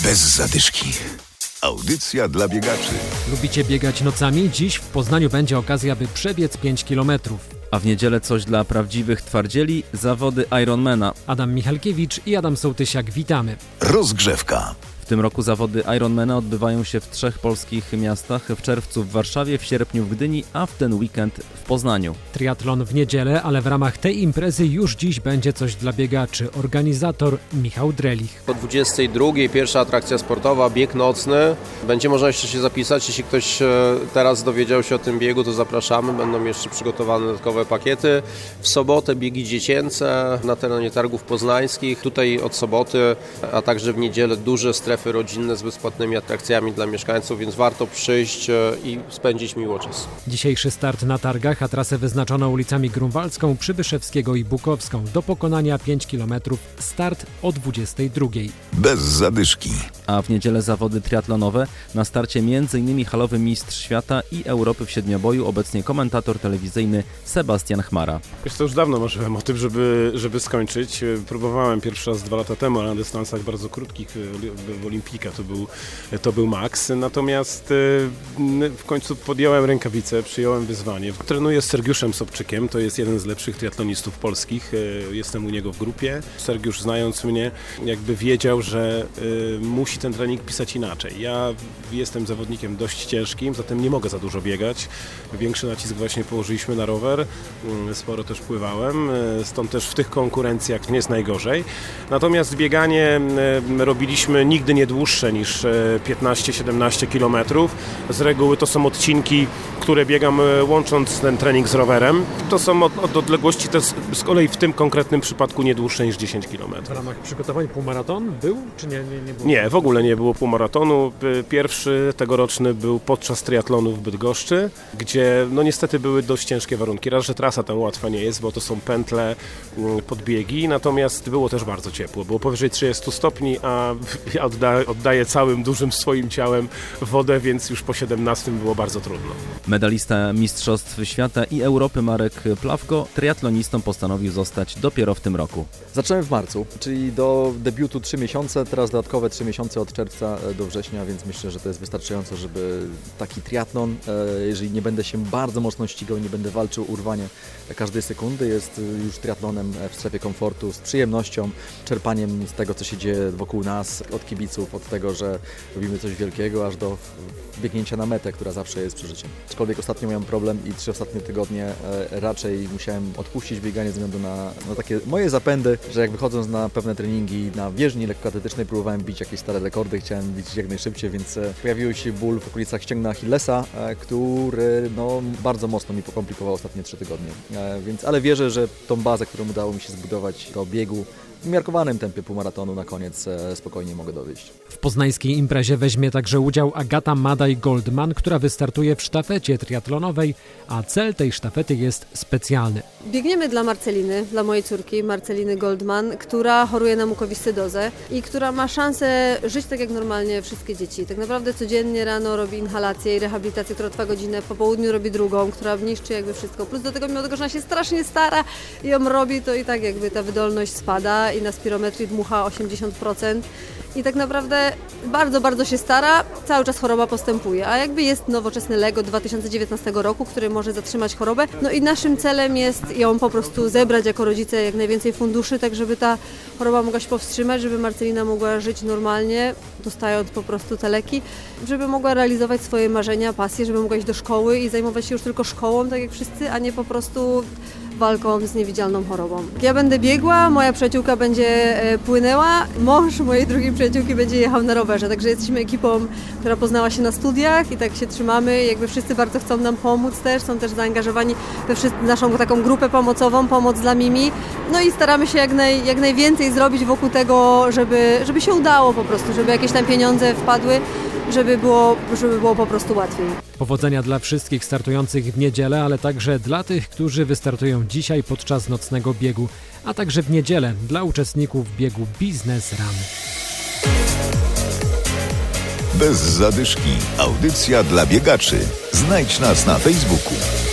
Bez zadyszki. Audycja dla biegaczy. Lubicie biegać nocami? Dziś w Poznaniu będzie okazja, by przebiec 5 km. A w niedzielę coś dla prawdziwych twardzieli, zawody Ironmana. Adam Michalkiewicz i Adam Sołtysiak, witamy. Rozgrzewka. W tym roku zawody Ironmana odbywają się w 3 polskich miastach: w czerwcu w Warszawie, w sierpniu w Gdyni, a w ten weekend w Poznaniu. Triatlon w niedzielę, ale w ramach tej imprezy już dziś będzie coś dla biegaczy. Organizator Michał Drelich. Po 22 pierwsza atrakcja sportowa, bieg nocny. Będzie można jeszcze się zapisać. Jeśli ktoś teraz dowiedział się o tym biegu, to zapraszamy. Będą jeszcze przygotowane dodatkowe pakiety. W sobotę biegi dziecięce na terenie targów poznańskich. Tutaj od soboty, a także w niedzielę duże strefy rodzinne z bezpłatnymi atrakcjami dla mieszkańców, więc warto przyjść i spędzić miło czas. Dzisiejszy start na targach, a trasę wyznaczono ulicami Grunwaldzką, Przybyszewskiego i Bukowską. Do pokonania 5 km, start o 22. Bez zadyszki. A w niedzielę zawody triatlonowe. Na starcie m.in. halowy mistrz świata i Europy w siedmioboju, obecnie komentator telewizyjny Sebastian Chmara. Wiesz co, już dawno marzyłem o tym, żeby skończyć. Próbowałem pierwszy raz 2 lata temu, ale na dystansach bardzo krótkich w Olimpika to był maks. Natomiast w końcu podjąłem rękawice, przyjąłem wyzwanie. Trenuję z Sergiuszem Sobczykiem, to jest jeden z lepszych triatlonistów polskich. Jestem u niego w grupie. Sergiusz, znając mnie, jakby wiedział, że musi ten trening pisać inaczej. Ja jestem zawodnikiem dość ciężkim, zatem nie mogę za dużo biegać. Większy nacisk właśnie położyliśmy na rower, sporo też pływałem, stąd też w tych konkurencjach nie jest najgorzej. Natomiast bieganie robiliśmy nigdy nie dłuższe niż 15-17 km. Z reguły to są odcinki, które biegam łącząc ten trening z rowerem. To są od odległości też z kolei w tym konkretnym przypadku nie dłuższe niż 10 km. W ramach przygotowań półmaraton był, czy nie było? Nie, w ogóle nie było półmaratonu. Pierwszy tegoroczny był podczas triatlonu w Bydgoszczy, gdzie no niestety były dość ciężkie warunki. Raz, że trasa tam łatwa nie jest, bo to są pętle, podbiegi, natomiast było też bardzo ciepło. Było powyżej 30 stopni, a ja oddaję całym dużym swoim ciałem wodę, więc już po 17 było bardzo trudno. Medalista Mistrzostw Świata i Europy Marek Plawko triatlonistą postanowił zostać dopiero w tym roku. Zacząłem w marcu, czyli do debiutu 3 miesiące, teraz dodatkowe 3 miesiące od czerwca do września, więc myślę, że to jest wystarczająco, żeby taki triatlon, jeżeli nie będę się bardzo mocno ścigał, nie będę walczył o urwanie każdej sekundy, jest już triatlonem w strefie komfortu, z przyjemnością, czerpaniem z tego, co się dzieje wokół nas, od kibiców, od tego, że robimy coś wielkiego, aż do biegnięcia na metę, która zawsze jest przeżyciem. Aczkolwiek ostatnio miałem problem i 3 ostatnie tygodnie raczej musiałem odpuścić bieganie ze względu na takie moje zapędy, że jak wychodząc na pewne treningi na bieżni lekkoatletycznej próbowałem bić jakieś stare rekordy, chciałem bić jak najszybciej, więc pojawił się ból w okolicach ścięgna Achillesa, który bardzo mocno mi pokomplikował ostatnie 3 tygodnie. Ale wierzę, że tą bazę, którą udało mi się zbudować do biegu w umiarkowanym tempie półmaratonu na koniec spokojnie mogę dowieść. W poznańskiej imprezie weźmie także udział Agata Madaj-Goldman, która wystartuje w sztafecie triatlonowej, a cel tej sztafety jest specjalny. Biegniemy dla Marceliny, dla mojej córki, Marceliny Goldman, która choruje na mukowiscydozę i która ma szansę żyć tak jak normalnie wszystkie dzieci. Tak naprawdę codziennie rano robi inhalację i rehabilitację, która trwa godzinę, po południu robi drugą, która niszczy jakby wszystko. Plus do tego, mimo tego, że ona się strasznie stara i ją robi, to i tak jakby ta wydolność spada i na spirometrii dmucha 80%. I tak naprawdę bardzo, bardzo się stara, cały czas choroba postępuje, a jakby jest nowoczesny Lego 2019 roku, który może zatrzymać chorobę. No i naszym celem jest ją po prostu zebrać jako rodzice jak najwięcej funduszy, tak żeby ta choroba mogła się powstrzymać, żeby Marcelina mogła żyć normalnie, dostając po prostu te leki, żeby mogła realizować swoje marzenia, pasje, żeby mogła iść do szkoły i zajmować się już tylko szkołą, tak jak wszyscy, a nie po prostu walką z niewidzialną chorobą. Ja będę biegła, moja przyjaciółka będzie płynęła, mąż mojej drugiej przyjaciółki będzie jechał na rowerze, także jesteśmy ekipą, która poznała się na studiach i tak się trzymamy, jakby wszyscy bardzo chcą nam pomóc też, są też zaangażowani we naszą taką grupę pomocową, pomoc dla Mimi, no i staramy się jak najwięcej zrobić wokół tego, żeby się udało po prostu, żeby jakieś tam pieniądze wpadły, żeby było po prostu łatwiej. Powodzenia dla wszystkich startujących w niedzielę, ale także dla tych, którzy wystartują dzisiaj podczas nocnego biegu, a także w niedzielę dla uczestników biegu Business Run. Bez zadyszki. Audycja dla biegaczy. Znajdź nas na Facebooku.